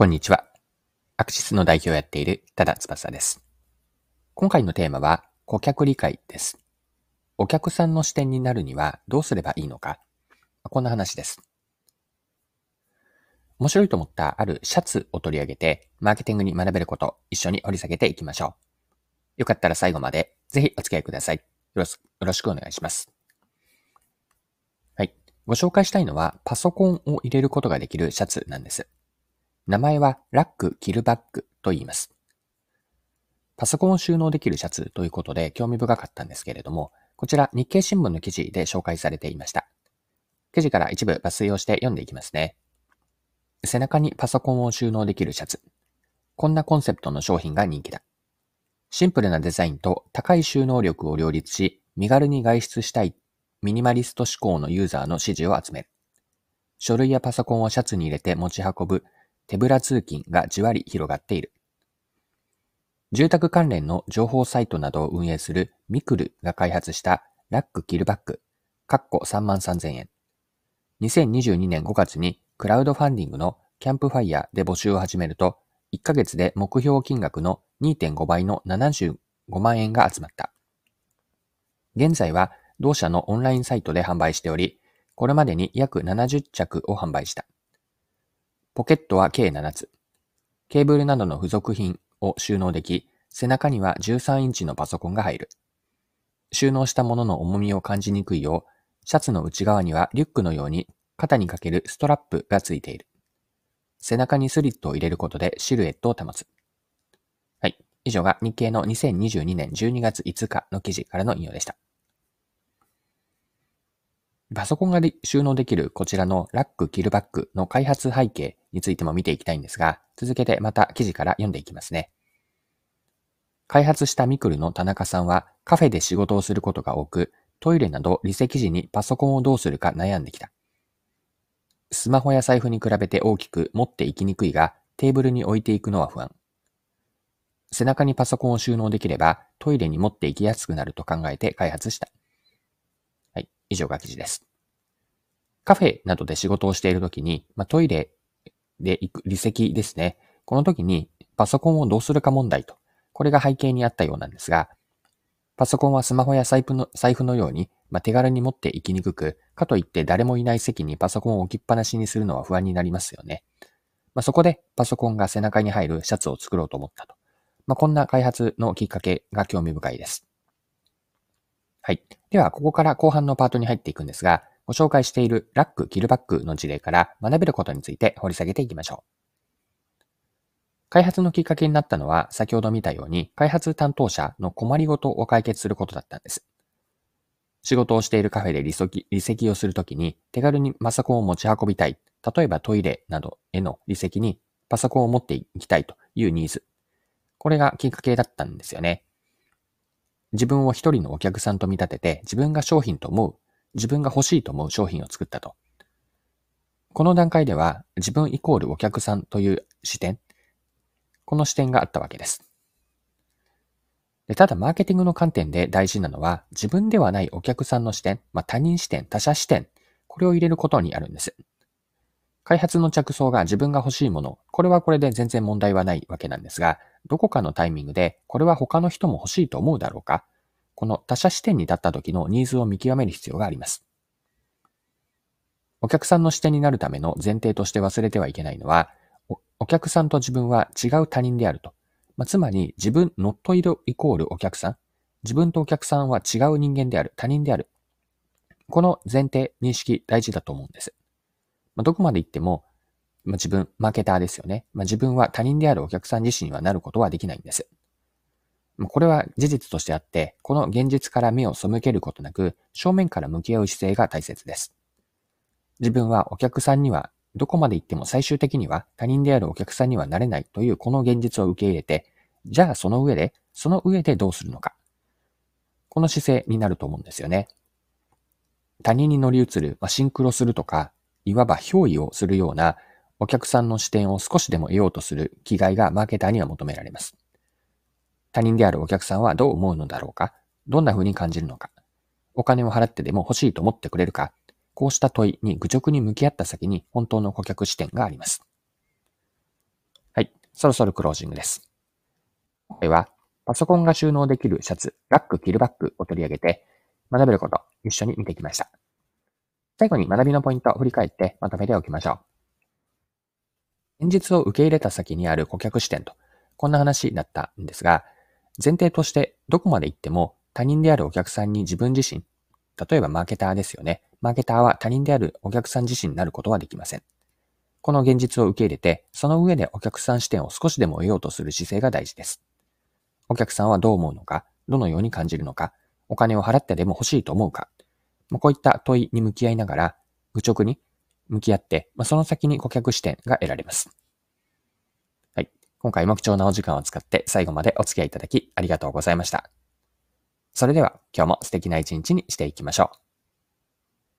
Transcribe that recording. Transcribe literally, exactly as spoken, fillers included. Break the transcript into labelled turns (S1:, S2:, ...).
S1: こんにちは。アクシスの代表をやっている多田翼です。今回のテーマは顧客理解です。お客さんの視点になるにはどうすればいいのか、こんな話です。面白いと思ったあるシャツを取り上げて、マーケティングに学べることを一緒に掘り下げていきましょう。よかったら最後までぜひお付き合いください。よろし、よろしくお願いします。はい。ご紹介したいのはパソコンを入れることができるシャツなんです。名前はラックキルバッグと言います。パソコンを収納できるシャツということで興味深かったんですけれども、こちら日経新聞の記事で紹介されていました。記事から一部抜粋をして読んでいきますね。背中にパソコンを収納できるシャツ。こんなコンセプトの商品が人気だ。シンプルなデザインと高い収納力を両立し、身軽に外出したいミニマリスト志向のユーザーの支持を集める。書類やパソコンをシャツに入れて持ち運ぶ手ぶら通勤がじわり広がっている。住宅関連の情報サイトなどを運営するミクルが開発したラックキルバッグ、かっこさんまんさんぜんえん。にせんにじゅうにねんごがつにクラウドファンディングのキャンプファイヤーで募集を始めると、いっかげつで目標金額の にてんごばいのななじゅうごまんえんが集まった。現在は同社のオンラインサイトで販売しており、これまでに約ななじゅっちゃくを販売した。ポケットは計ななつ。ケーブルなどの付属品を収納でき、背中にはじゅうさんインチのパソコンが入る。収納したものの重みを感じにくいよう、シャツの内側にはリュックのように肩にかけるストラップがついている。背中にスリットを入れることでシルエットを保つ。はい。以上が日経のにせんにじゅうにねんじゅうにがついつかの記事からの引用でした。パソコンが収納できるこちらのラックキルバッグの開発背景についても見ていきたいんですが、続けてまた記事から読んでいきますね。開発したミクルの田中さんはカフェで仕事をすることが多く、トイレなど離席時にパソコンをどうするか悩んできた。スマホや財布に比べて大きく持っていきにくいが、テーブルに置いていくのは不安。背中にパソコンを収納できれば、トイレに持っていきやすくなると考えて開発した。はい、以上が記事です。カフェなどで仕事をしているときに、まあ、トイレで行く離席ですね。この時にパソコンをどうするか問題と、これが背景にあったようなんですが、パソコンはスマホや財布の、財布のように、まあ、手軽に持って行きにくく、かといって誰もいない席にパソコンを置きっぱなしにするのは不安になりますよね。まあ、そこでパソコンが背中に入るシャツを作ろうと思ったと。まあ、こんな開発のきっかけが興味深いです。はい。では、ここから後半のパートに入っていくんですが、ご紹介しているラック・キルバックの事例から学べることについて掘り下げていきましょう。開発のきっかけになったのは、先ほど見たように、開発担当者の困りごとを解決することだったんです。仕事をしているカフェで離席離席をするときに、手軽にパソコンを持ち運びたい。例えばトイレなどへの離席にパソコンを持っていきたいというニーズ。これがきっかけだったんですよね。自分を一人のお客さんと見立てて、自分が商品と思う、自分が欲しいと思う商品を作ったと。この段階では、自分イコールお客さんという視点、この視点があったわけです。でただ、マーケティングの観点で大事なのは、自分ではないお客さんの視点、まあ、他人視点、他者視点、これを入れることにあるんです。開発の着想が自分が欲しいもの、これはこれで全然問題はないわけなんですが、どこかのタイミングで、これは他の人も欲しいと思うだろうか、この他者視点に立った時のニーズを見極める必要があります。お客さんの視点になるための前提として忘れてはいけないのは、お、お客さんと自分は違う他人であると。まあ、つまり、自分、ノットイコールお客さん。自分とお客さんは違う人間である、他人である。この前提、認識大事だと思うんです。まあ、どこまで行っても、まあ、自分、マーケターですよね。まあ、自分は他人であるお客さん自身にはなることはできないんです。まあこれは事実としてあって、この現実から目を背けることなく、正面から向き合う姿勢が大切です。自分はお客さんには、どこまで行っても最終的には他人であるお客さんにはなれないというこの現実を受け入れて、じゃあその上で、その上でどうするのか。この姿勢になると思うんですよね。他人に乗り移る、まあ、シンクロするとか、いわば憑依をするようなお客さんの視点を少しでも得ようとする気概がマーケターには求められます。他人であるお客さんはどう思うのだろうか、どんな風に感じるのか、お金を払ってでも欲しいと思ってくれるか、こうした問いに愚直に向き合った先に本当の顧客視点があります。 そろそろクロージングです。今回はパソコンが収納できるシャツ、ラック着るバッグを取り上げて学べること一緒に見てきました。最後に学びのポイントを振り返ってまとめておきましょう。現実を受け入れた先にある顧客視点と、こんな話だったんですが、前提としてどこまで行っても他人であるお客さんに自分自身、例えばマーケターですよね。マーケターは他人であるお客さん自身になることはできません。この現実を受け入れて、その上でお客さん視点を少しでも得ようとする姿勢が大事です。お客さんはどう思うのか、どのように感じるのか、お金を払ってでも欲しいと思うか、こういった問いに向き合いながら、愚直に向き合って、その先に顧客視点が得られます。はい。今回も貴重なお時間を使って最後までお付き合いいただきありがとうございました。それでは今日も素敵な一日にしていきましょう。